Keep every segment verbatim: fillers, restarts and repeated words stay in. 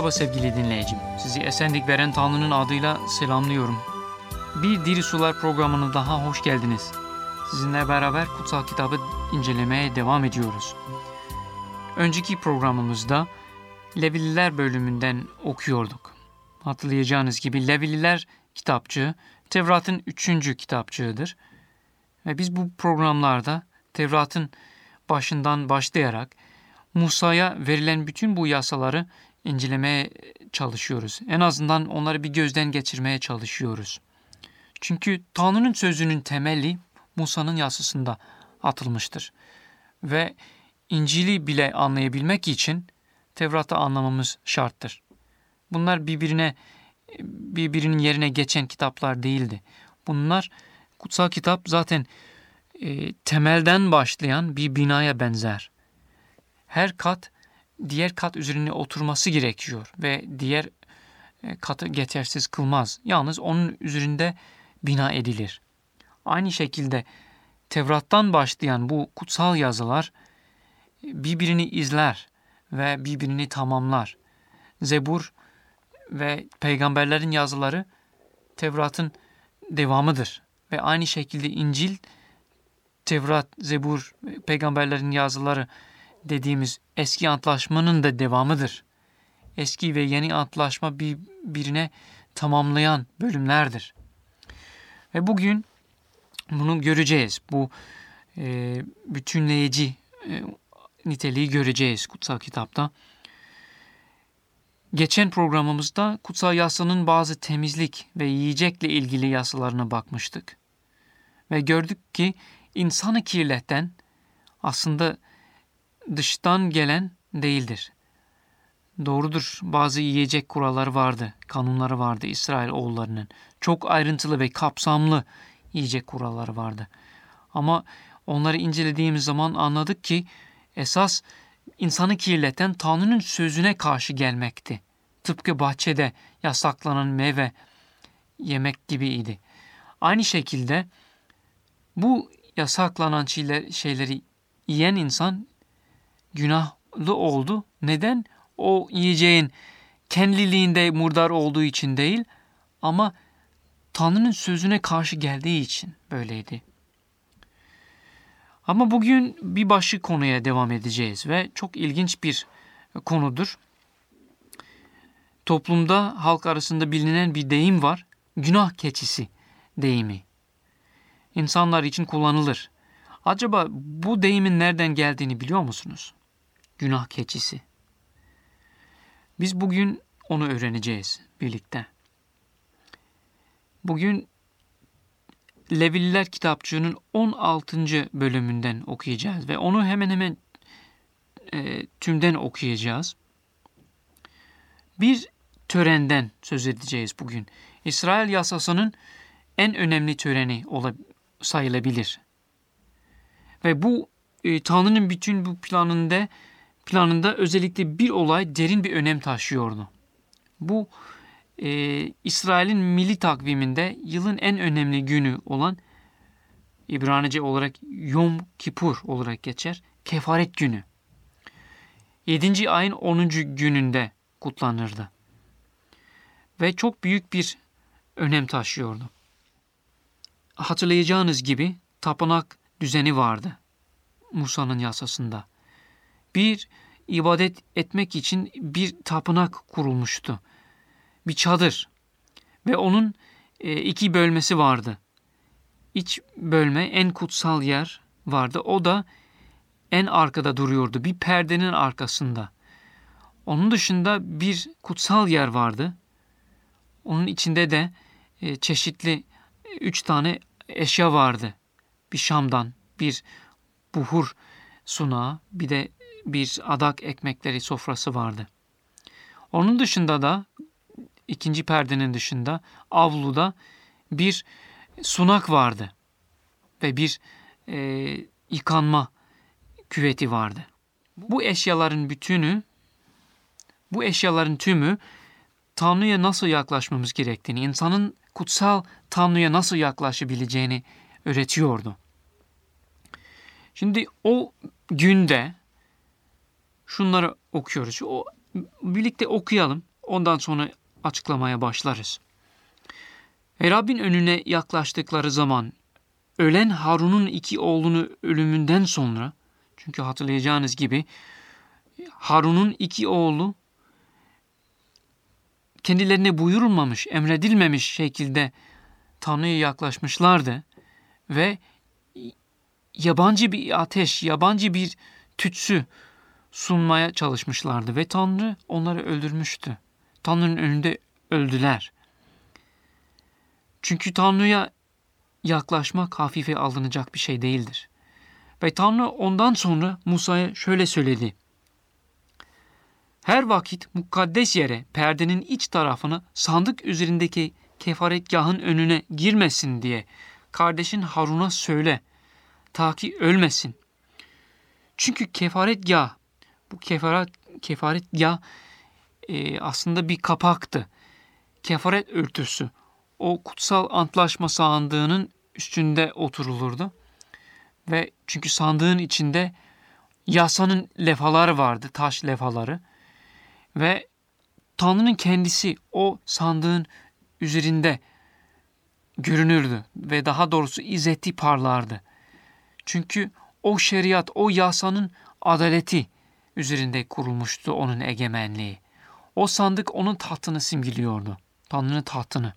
Merhaba sevgili dinleyicim. Sizi esenlik veren Tanrı'nın adıyla selamlıyorum. Bir Diri Sular programına daha hoş geldiniz. Sizinle beraber kutsal kitabı incelemeye devam ediyoruz. Önceki programımızda Levililer bölümünden okuyorduk. Hatırlayacağınız gibi Levililer kitapçığı Tevrat'ın üçüncü kitapçığıdır. Ve biz bu programlarda Tevrat'ın başından başlayarak Musa'ya verilen bütün bu yasaları incelemeye çalışıyoruz. En azından onları bir gözden geçirmeye çalışıyoruz. Çünkü Tanrı'nın sözünün temeli Musa'nın yasasında atılmıştır. Ve İncil'i bile anlayabilmek için Tevrat'ı anlamamız şarttır. Bunlar birbirine birbirinin yerine geçen kitaplar değildi. Bunlar kutsal kitap zaten e, temelden başlayan bir binaya benzer. Her kat diğer kat üzerine oturması gerekiyor ve diğer katı geçersiz kılmaz. Yalnız onun üzerinde bina edilir. Aynı şekilde Tevrat'tan başlayan bu kutsal yazılar birbirini izler ve birbirini tamamlar. Zebur ve peygamberlerin yazıları Tevrat'ın devamıdır. Ve aynı şekilde İncil, Tevrat, Zebur, peygamberlerin yazıları dediğimiz eski antlaşmanın da devamıdır. Eski ve yeni antlaşma birbirine tamamlayan bölümlerdir. Ve bugün bunu göreceğiz. Bu e, bütünleyici e, niteliği göreceğiz kutsal kitapta. Geçen programımızda kutsal yasanın bazı temizlik ve yiyecekle ilgili yasalarına bakmıştık. Ve gördük ki insanı kirleten aslında dıştan gelen değildir. Doğrudur, bazı yiyecek kuralları vardı, kanunları vardı İsrailoğullarının. Çok ayrıntılı ve kapsamlı yiyecek kuralları vardı. Ama onları incelediğimiz zaman anladık ki esas insanı kirleten Tanrı'nın sözüne karşı gelmekti. Tıpkı bahçede yasaklanan meyve yemek gibiydi. Aynı şekilde bu yasaklanan şeyler, şeyleri yiyen insan günahlı oldu. Neden? O yiyeceğin kendiliğinde murdar olduğu için değil ama Tanrı'nın sözüne karşı geldiği için böyleydi. Ama bugün bir başka konuya devam edeceğiz ve çok ilginç bir konudur. Toplumda, halk arasında bilinen bir deyim var. Günah keçisi deyimi. İnsanlar için kullanılır. Acaba bu deyimin nereden geldiğini biliyor musunuz? Günah keçisi. Biz bugün onu öğreneceğiz birlikte. Bugün Levililer kitapçığının on altıncı bölümünden okuyacağız ve onu hemen hemen e, tümden okuyacağız. Bir törenden söz edeceğiz bugün. İsrail yasasının en önemli töreni sayılabilir. Ve bu e, Tanrı'nın bütün bu planında planında özellikle bir olay derin bir önem taşıyordu. Bu e, İsrail'in milli takviminde yılın en önemli günü olan İbranice olarak Yom Kippur olarak geçer. Kefaret günü. yedinci ayın onuncu gününde kutlanırdı. Ve çok büyük bir önem taşıyordu. Hatırlayacağınız gibi tapınak düzeni vardı Musa'nın yasasında. Bir ibadet etmek için bir tapınak kurulmuştu. Bir çadır ve onun e, iki bölmesi vardı. İç bölme en kutsal yer vardı. O da en arkada duruyordu. Bir perdenin arkasında. Onun dışında bir kutsal yer vardı. Onun içinde de e, çeşitli üç tane eşya vardı. Bir şamdan, bir buhur sunağı, bir de bir adak ekmekleri sofrası vardı. Onun dışında da ikinci perdenin dışında avluda bir sunak vardı ve bir e, yıkanma küveti vardı. Bu eşyaların bütünü, bu eşyaların tümü Tanrı'ya nasıl yaklaşmamız gerektiğini, insanın kutsal Tanrı'ya nasıl yaklaşabileceğini öğretiyordu. Şimdi o günde şunları okuyoruz. O birlikte okuyalım. ondan sonra açıklamaya başlarız. Ve Rabbin önüne yaklaştıkları zaman ölen Harun'un iki oğlunu ölümünden sonra, çünkü hatırlayacağınız gibi Harun'un iki oğlu kendilerine buyurulmamış, emredilmemiş şekilde Tanrı'ya yaklaşmışlardı ve yabancı bir ateş, yabancı bir tütsü sunmaya çalışmışlardı ve Tanrı onları öldürmüştü. Tanrı'nın önünde öldüler. Çünkü Tanrı'ya yaklaşmak hafife alınacak bir şey değildir. Ve Tanrı ondan sonra Musa'ya şöyle söyledi. Her vakit mukaddes yere, perdenin iç tarafına, sandık üzerindeki kefaretgahın önüne girmesin diye kardeşin Harun'a söyle, ta ki ölmesin. Çünkü kefaretgah, bu kefaret, kefaretgah e, aslında bir kapaktı. Kefaret örtüsü, o kutsal antlaşma sandığının üstünde oturulurdu. Ve çünkü sandığın içinde yasanın levhaları vardı, taş levhaları. Ve Tanrı'nın kendisi o sandığın üzerinde görünürdü ve daha doğrusu izzeti parlardı. Çünkü o şeriat, o yasanın adaleti üzerinde kurulmuştu onun egemenliği. O sandık onun tahtını simgeliyordu. Tanrı'nın tahtını.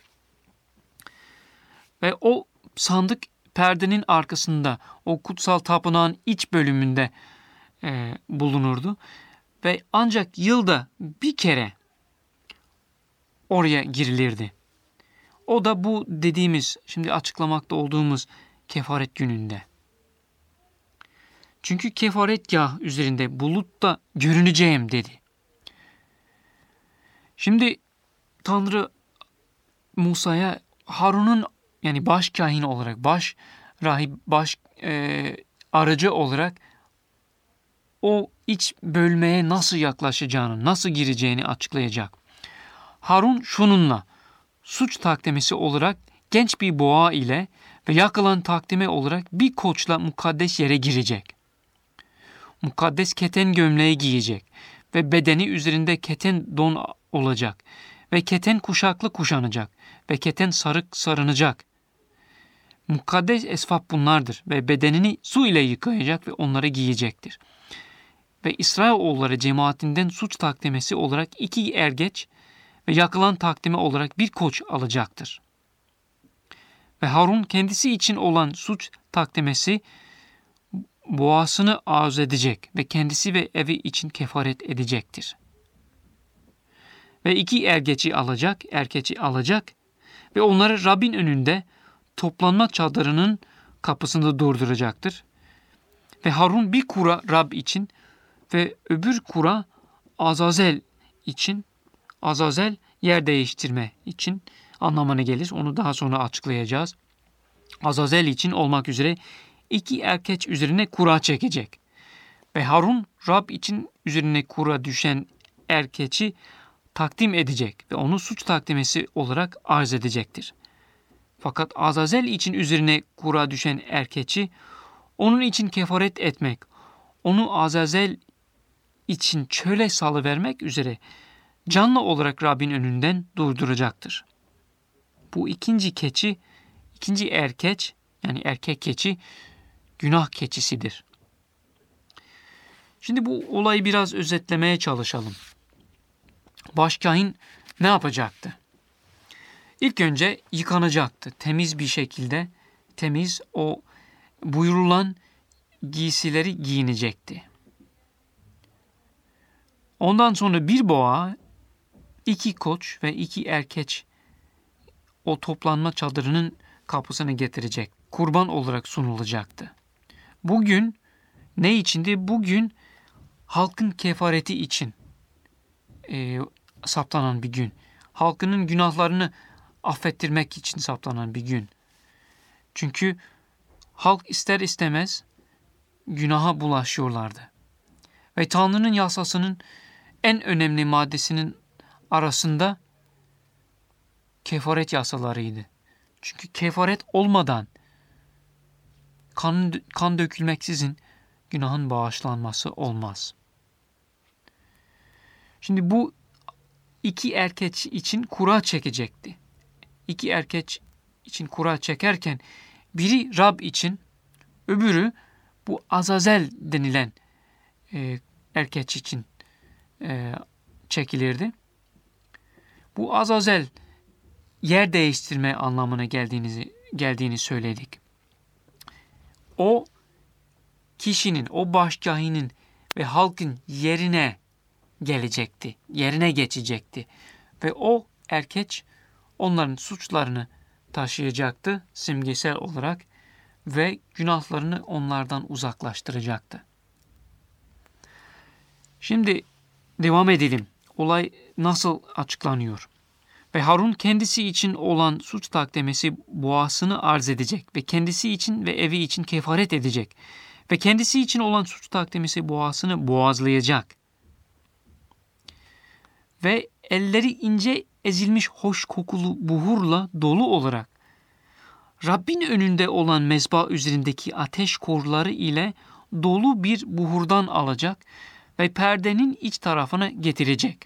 Ve o sandık perdenin arkasında, o kutsal tapınağın iç bölümünde e, bulunurdu. Ve ancak yılda bir kere oraya girilirdi. O da bu dediğimiz, şimdi açıklamakta olduğumuz kefaret gününde. Çünkü kefaretgah üzerinde bulutta görüneceğim dedi. Şimdi Tanrı Musa'ya Harun'un, yani baş kahin olarak, baş rahip, baş e, aracı olarak o iç bölmeye nasıl yaklaşacağını, nasıl gireceğini açıklayacak. Harun şununla, suç takdimesi olarak genç bir boğa ile ve yakılan takdime olarak bir koçla mukaddes yere girecek. Mukaddes keten gömleği giyecek ve bedeni üzerinde keten don olacak ve keten kuşaklı kuşanacak ve keten sarık sarınacak. Mukaddes esvap bunlardır ve bedenini su ile yıkayacak ve onları giyecektir. Ve İsrailoğulları cemaatinden suç takdimesi olarak iki ergeç ve yakılan takdime olarak bir koç alacaktır. Ve Harun kendisi için olan suç takdimesi boğasını arz edecek ve kendisi ve evi için kefaret edecektir. Ve iki ergeci alacak, erkeci alacak ve onları Rabbin önünde toplanma çadırının kapısında durduracaktır. Ve Harun bir kura Rab için ve öbür kura Azazel için, Azazel yer değiştirme için anlamına gelir. Onu daha sonra açıklayacağız. Azazel için olmak üzere iki erkeç üzerine kura çekecek. Ve Harun Rab için üzerine kura düşen erkeçi takdim edecek ve onu suç takdimesi olarak arz edecektir. Fakat Azazel için üzerine kura düşen erkeçi onun için kefaret etmek, onu Azazel için çöle salıvermek üzere canlı olarak Rabbin önünden durduracaktır. Bu ikinci keçi, ikinci erkeç, yani erkek keçi günah keçisidir. Şimdi bu olayı biraz özetlemeye çalışalım. Başkahin ne yapacaktı? İlk önce yıkanacaktı. Temiz bir şekilde, temiz o buyurulan giysileri giyinecekti. Ondan sonra bir boğa, iki koç ve iki erkeç o toplanma çadırının kapısına getirecek. Kurban olarak sunulacaktı. Bugün ne içindi? Bugün halkın kefareti için e, saptanan bir gün. Halkının günahlarını affettirmek için saptanan bir gün. Çünkü halk ister istemez günaha bulaşıyorlardı. Ve Tanrı'nın yasasının en önemli maddesinin arasında kefaret yasalarıydı. Çünkü kefaret olmadan, kan, kan dökülmeksizin günahın bağışlanması olmaz. Şimdi bu iki erkek için kura çekecekti. İki erkek için kura çekerken biri Rab için, öbürü bu Azazel denilen e, erkek için e, çekilirdi. Bu Azazel yer değiştirme anlamına geldiğini, geldiğini söyledik. O kişinin, o başkahinin ve halkın yerine gelecekti, yerine geçecekti. Ve o erkek onların suçlarını taşıyacaktı simgesel olarak ve günahlarını onlardan uzaklaştıracaktı. Şimdi devam edelim. Olay nasıl açıklanıyor? Ve Harun kendisi için olan suç takdimesi boğasını arz edecek ve kendisi için ve evi için kefaret edecek ve kendisi için olan suç takdimesi boğasını boğazlayacak. Ve elleri ince ezilmiş hoş kokulu buhurla dolu olarak Rabbin önünde olan mezba üzerindeki ateş korları ile dolu bir buhurdan alacak ve perdenin iç tarafına getirecek.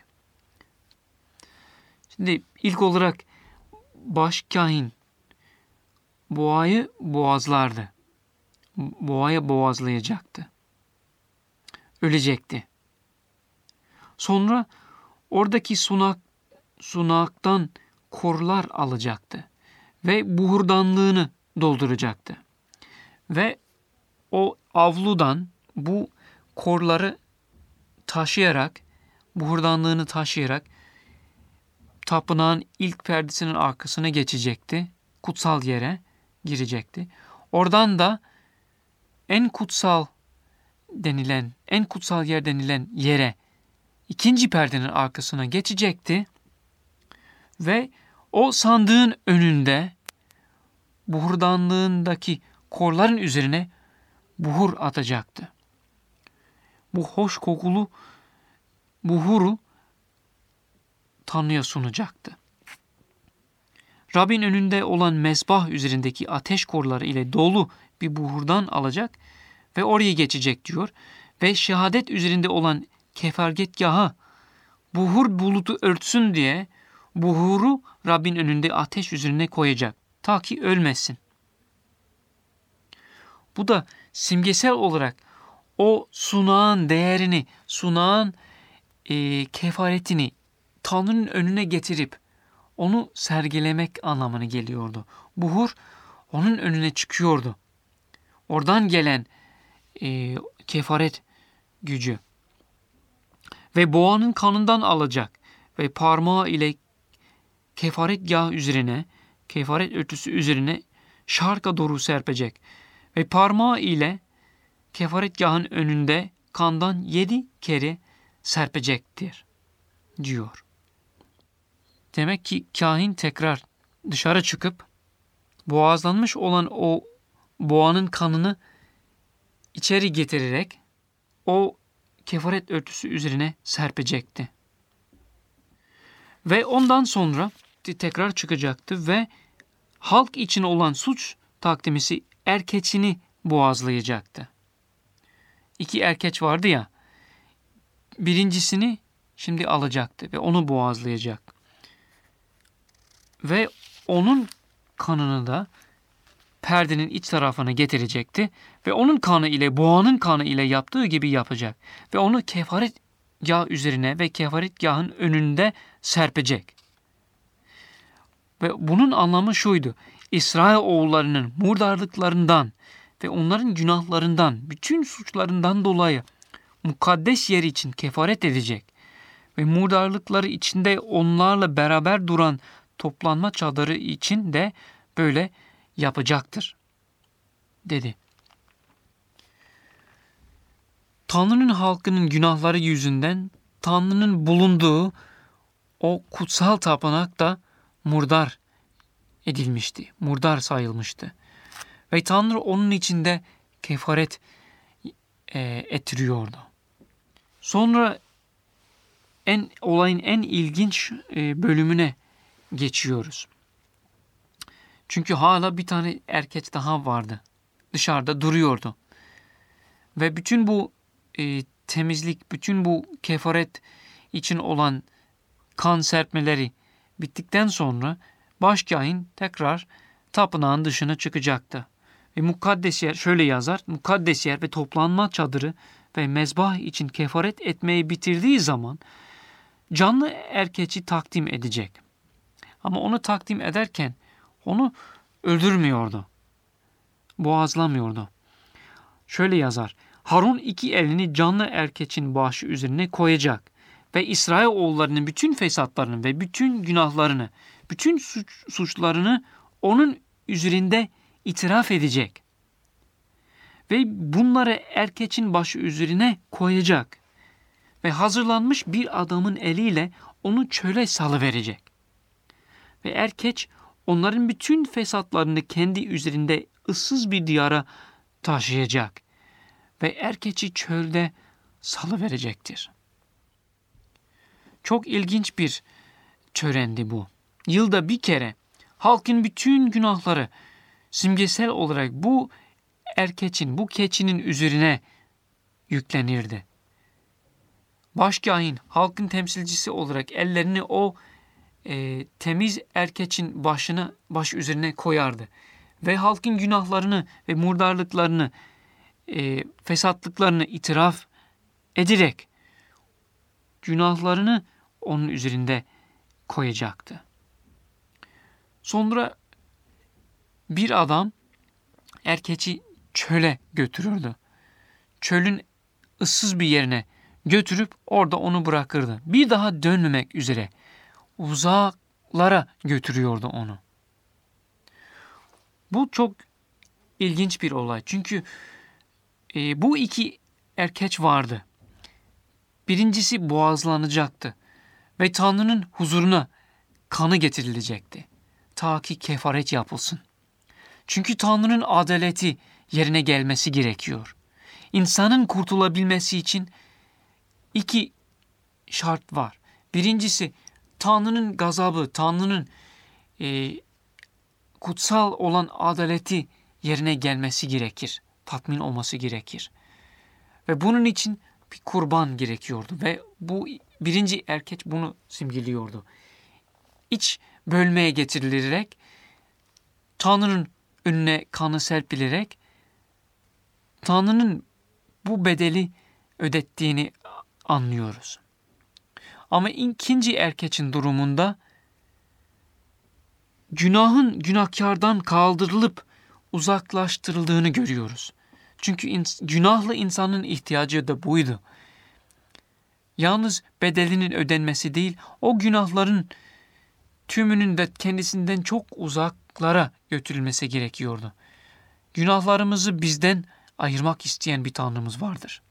Şimdi ilk olarak başkahin boğayı boğazlardı. Boğaya boğazlayacaktı. Ölecekti. Sonra oradaki sunak, sunaktan korlar alacaktı ve buhurdanlığını dolduracaktı. Ve o avludan bu korları taşıyarak, buhurdanlığını taşıyarak tapınağın ilk perdesinin arkasına geçecekti. Kutsal yere girecekti. Oradan da en kutsal denilen, en kutsal yer denilen yere, ikinci perdenin arkasına geçecekti. Ve o sandığın önünde buhurdanlığındaki korların üzerine buhur atacaktı. Bu hoş kokulu buhuru Tanrı'ya sunacaktı. Rabbin önünde olan mezbah üzerindeki ateş korları ile dolu bir buhurdan alacak ve oraya geçecek diyor. Ve şehadet üzerinde olan kefargetgaha buhur bulutu örtsün diye buhuru Rabbin önünde ateş üzerine koyacak. Ta ki ölmesin. Bu da simgesel olarak o sunağın değerini, sunağın e, kefaretini Tanrı'nın önüne getirip onu sergilemek anlamına geliyordu. Buhur onun önüne çıkıyordu. Oradan gelen e, kefaret gücü. Ve boğanın kanından alacak ve parmağı ile kefaretgah üzerine, kefaret örtüsü üzerine şarka doğru serpecek. Ve parmağı ile kefaretgahın önünde kandan yedi kere serpecektir diyor. Demek ki kahin tekrar dışarı çıkıp boğazlanmış olan o boğanın kanını içeri getirerek o kefaret örtüsü üzerine serpecekti. Ve ondan sonra tekrar çıkacaktı ve halk için olan suç takdimesi erkeçini boğazlayacaktı. İki erkeç vardı ya, birincisini şimdi alacaktı ve onu boğazlayacak. Ve onun kanını da perdenin iç tarafına getirecekti ve onun kanı ile boğanın kanı ile yaptığı gibi yapacak ve onu kefaretgah üzerine ve kefaretgahın önünde serpecek. Ve bunun anlamı şuydu: İsrail oğullarının murdarlıklarından ve onların günahlarından, bütün suçlarından dolayı mukaddes yer için kefaret edecek ve murdarlıkları içinde onlarla beraber duran toplanma çadırı için de böyle yapacaktır dedi. Tanrı'nın halkının günahları yüzünden Tanrı'nın bulunduğu o kutsal tapınak da murdar edilmişti. Murdar sayılmıştı. Ve Tanrı onun içinde kefaret e, ettiriyordu. Sonra en olayın en ilginç e, bölümüne geçiyoruz. Çünkü hala bir tane erkek daha vardı. Dışarıda duruyordu. Ve bütün bu e, temizlik, bütün bu kefaret için olan kan serpmeleri bittikten sonra başkâhin tekrar tapınağın dışına çıkacaktı. Ve mukaddes yer şöyle yazar. Mukaddes yer ve toplanma çadırı ve mezbah için kefaret etmeyi bitirdiği zaman canlı erkeçi takdim edecek. Ama onu takdim ederken onu öldürmüyordu. Boğazlamıyordu. Şöyle yazar. Harun iki elini canlı erkeçin başı üzerine koyacak ve İsrailoğullarının bütün fesatlarını ve bütün günahlarını, bütün suç, suçlarını onun üzerinde itiraf edecek. Ve bunları erkeçin başı üzerine koyacak. Ve hazırlanmış bir adamın eliyle onu çöle salıverecek. Ve erkeç onların bütün fesatlarını kendi üzerinde ıssız bir diyara taşıyacak. Ve erkeçi çölde salıverecektir. Çok ilginç bir törendi bu. Yılda bir kere halkın bütün günahları simgesel olarak bu erkeçin, bu keçinin üzerine yüklenirdi. Başkâhin halkın temsilcisi olarak ellerini o e, temiz erkeçin başına, baş üzerine koyardı. Ve halkın günahlarını ve murdarlıklarını, e, fesatlıklarını itiraf ederek günahlarını onun üzerinde koyacaktı. Sonra bir adam erkeçi çöle götürürdü. Çölün ıssız bir yerine götürüp orada onu bırakırdı. Bir daha dönmemek üzere uzaklara götürüyordu onu. Bu çok ilginç bir olay. Çünkü e, bu iki erkeç vardı. Birincisi boğazlanacaktı ve Tanrı'nın huzuruna kanı getirilecekti. Ta ki kefaret yapılsın. Çünkü Tanrı'nın adaleti yerine gelmesi gerekiyor. İnsanın kurtulabilmesi için iki şart var. Birincisi Tanrı'nın gazabı, Tanrı'nın e, kutsal olan adaleti yerine gelmesi gerekir. Tatmin olması gerekir. Ve bunun için bir kurban gerekiyordu. Ve bu birinci erkek bunu simgeliyordu. İç bölmeye getirilerek, Tanrı'nın önüne kanı serpilerek, Tanrı'nın bu bedeli ödettiğini anlıyoruz. Ama ikinci erkeğin durumunda günahın günahkardan kaldırılıp uzaklaştırıldığını görüyoruz. Çünkü ins- günahlı insanın ihtiyacı da buydu. Yalnız bedelinin ödenmesi değil, o günahların tümünün de kendisinden çok uzaklara götürülmesi gerekiyordu. Günahlarımızı bizden ayırmak isteyen bir Tanrımız vardır.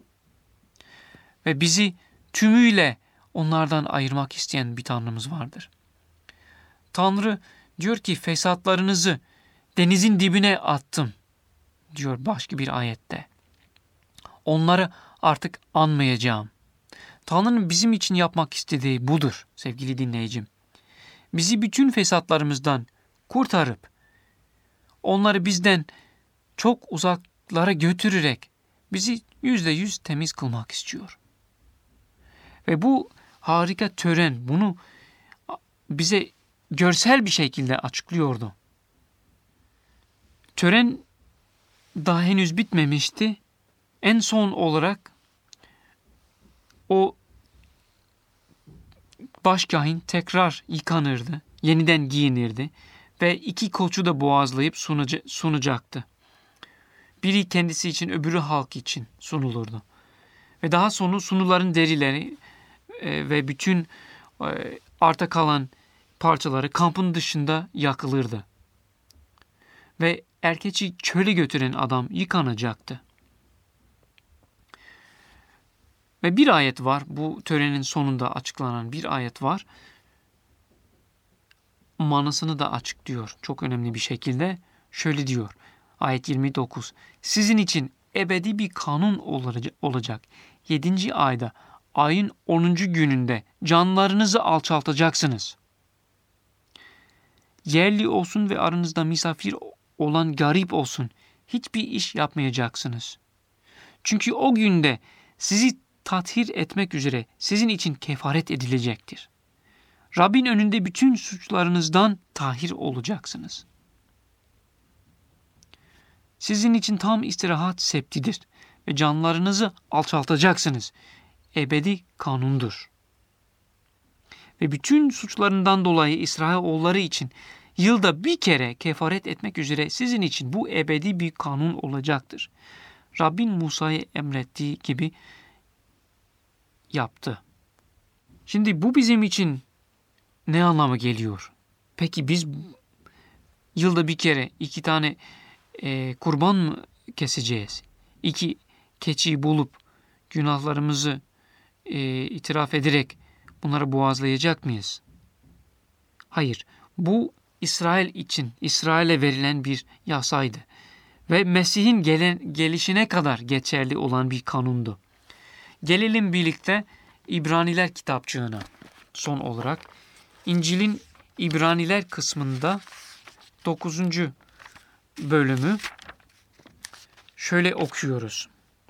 Ve bizi tümüyle onlardan ayırmak isteyen bir Tanrımız vardır. Tanrı diyor ki fesatlarınızı denizin dibine attım diyor başka bir ayette. Onları artık anmayacağım. Tanrı'nın bizim için yapmak istediği budur sevgili dinleyicim. Bizi bütün fesatlarımızdan kurtarıp onları bizden çok uzaklara götürerek bizi yüzde yüz temiz kılmak istiyor. Ve bu harika tören bunu bize görsel bir şekilde açıklıyordu. Tören daha henüz bitmemişti. En son olarak o başkâhin tekrar yıkanırdı, yeniden giyinirdi ve iki koçu da boğazlayıp sunaca- sunacaktı. Biri kendisi için, öbürü halk için sunulurdu. Ve daha sonra sunuların derileri e, ve bütün e, arta kalan parçaları kampın dışında yakılırdı. Ve erkeçi çöle götüren adam yıkanacaktı. Ve bir ayet var, bu törenin sonunda açıklanan bir ayet var. Manasını da açıklıyor çok önemli bir şekilde. Şöyle diyor, ayet yirmi dokuz. Sizin için ebedi bir kanun olacak. yedinci ayda, ayın onuncu gününde canlarınızı alçaltacaksınız. Yerli olsun ve aranızda misafir olan garip olsun. Hiçbir iş yapmayacaksınız. Çünkü o günde sizi tathir etmek üzere sizin için kefaret edilecektir. Rabbin önünde bütün suçlarınızdan tahir olacaksınız. Sizin için tam istirahat septidir ve canlarınızı alçaltacaksınız. Ebedi kanundur. Ve bütün suçlarından dolayı İsrailoğulları için yılda bir kere kefaret etmek üzere sizin için bu ebedi bir kanun olacaktır. Rabbin Musa'ya emrettiği gibi yaptı. Şimdi bu bizim için ne anlama geliyor? Peki biz yılda bir kere iki tane e, kurban mı keseceğiz? İki keçiyi bulup günahlarımızı e, itiraf ederek bunları boğazlayacak mıyız? Hayır. Bu İsrail için, İsrail'e verilen bir yasaydı. Ve Mesih'in gelen, gelişine kadar geçerli olan bir kanundu. Gelelim birlikte İbraniler kitapçığına. Son olarak İncil'in İbraniler kısmında dokuzuncu bölümü şöyle okuyoruz.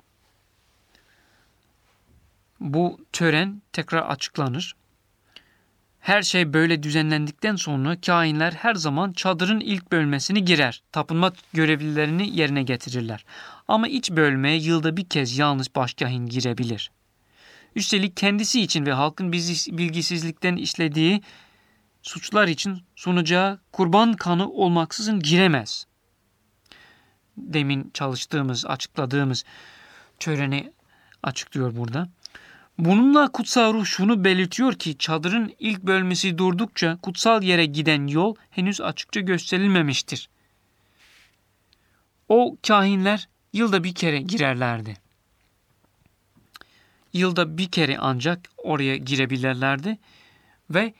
Bu tören tekrar açıklanır. Her şey böyle düzenlendikten sonra kâhinler her zaman çadırın ilk bölmesini girer. Tapınma görevlilerini yerine getirirler. Ama iç bölmeye yılda bir kez yalnız başkâhin girebilir. Üstelik kendisi için ve halkın bilgisizlikten işlediği suçlar için sunacağı kurban kanı olmaksızın giremez. Demin çalıştığımız, açıkladığımız töreni açıklıyor burada. Bununla kutsal ruh şunu belirtiyor ki çadırın ilk bölmesi durdukça kutsal yere giden yol henüz açıkça gösterilmemiştir. O kâhinler yılda bir kere girerlerdi. Yılda bir kere ancak oraya girebilirlerdi ve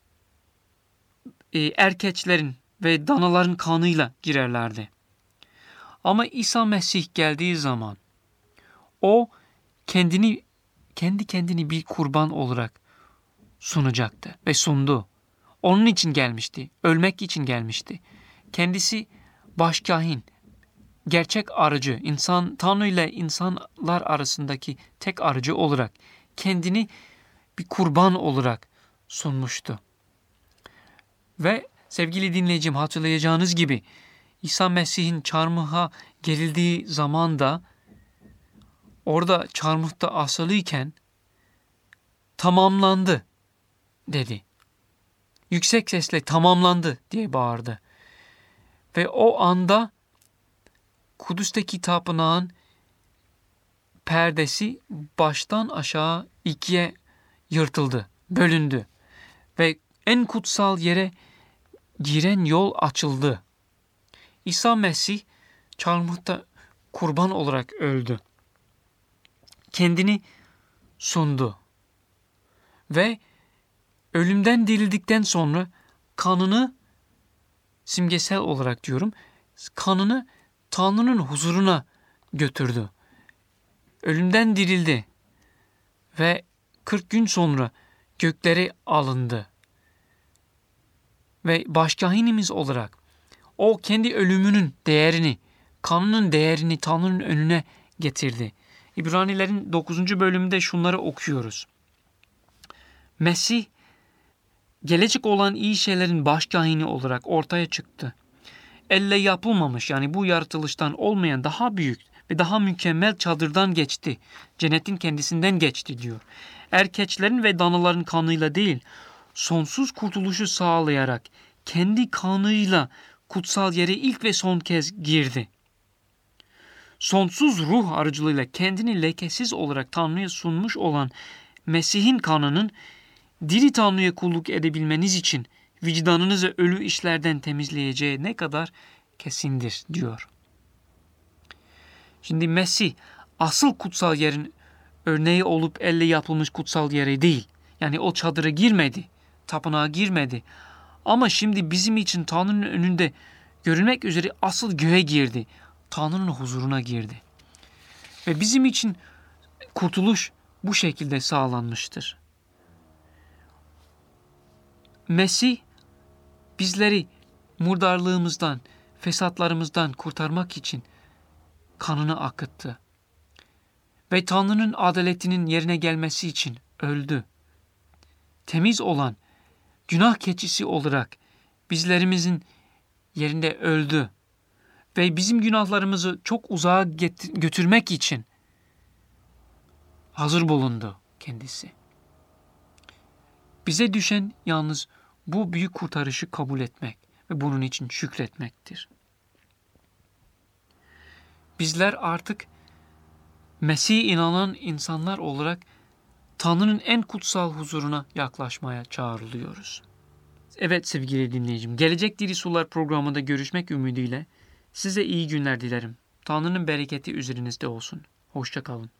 e, erkeçlerin ve danaların kanıyla girerlerdi. Ama İsa Mesih geldiği zaman o kendini kendi kendini bir kurban olarak sunacaktı ve sundu. Onun için gelmişti, ölmek için gelmişti. Kendisi başkâhin, gerçek aracı, insan Tanrı ile insanlar arasındaki tek aracı olarak kendini bir kurban olarak sunmuştu. Ve sevgili dinleyicim, hatırlayacağınız gibi İsa Mesih'in çarmıha gerildiği zaman da orada çarmıhta asılıyken tamamlandı dedi. Yüksek sesle tamamlandı diye bağırdı. Ve o anda Kudüs'teki tapınağın perdesi baştan aşağı ikiye yırtıldı, bölündü. Ve en kutsal yere giren yol açıldı. İsa Mesih çarmıhta kurban olarak öldü. Kendini sundu. Ve ölümden dirildikten sonra kanını, simgesel olarak diyorum, kanını Tanrı'nın huzuruna götürdü. Ölümden dirildi ve kırk gün sonra göklere alındı. Ve başkâhinimiz olarak o kendi ölümünün değerini, kanının değerini Tanrı'nın önüne getirdi. İbranilerin dokuzuncu bölümünde şunları okuyoruz. Mesih, gelecek olan iyi şeylerin başkâhini olarak ortaya çıktı. Elle yapılmamış, yani bu yaratılıştan olmayan daha büyük ve daha mükemmel çadırdan geçti. Cennetin kendisinden geçti diyor. Erkeçlerin ve danaların kanıyla değil, sonsuz kurtuluşu sağlayarak kendi kanıyla kutsal yere ilk ve son kez girdi. Sonsuz ruh aracılığıyla kendini lekesiz olarak Tanrı'ya sunmuş olan Mesih'in kanının diri Tanrı'ya kulluk edebilmeniz için vicdanınızı ölü işlerden temizleyeceği ne kadar kesindir diyor. Şimdi Mesih asıl kutsal yerin örneği olup elle yapılmış kutsal yere değil. Yani o çadıra girmedi, tapınağa girmedi. Ama şimdi bizim için Tanrı'nın önünde görülmek üzere asıl göğe girdi. Tanrı'nın huzuruna girdi. Ve bizim için kurtuluş bu şekilde sağlanmıştır. Mesih bizleri murdarlığımızdan, fesatlarımızdan kurtarmak için kanını akıttı. Ve Tanrı'nın adaletinin yerine gelmesi için öldü. Temiz olan günah keçisi olarak bizlerimizin yerinde öldü ve bizim günahlarımızı çok uzağa get- götürmek için hazır bulundu kendisi. Bize düşen yalnız bu büyük kurtarışı kabul etmek ve bunun için şükretmektir. Bizler artık Mesih'e inanan insanlar olarak Tanrı'nın en kutsal huzuruna yaklaşmaya çağrılıyoruz. Evet sevgili dinleyicim, Gelecek Diri Sular programında görüşmek ümidiyle size iyi günler dilerim. Tanrı'nın bereketi üzerinizde olsun. Hoşça kalın.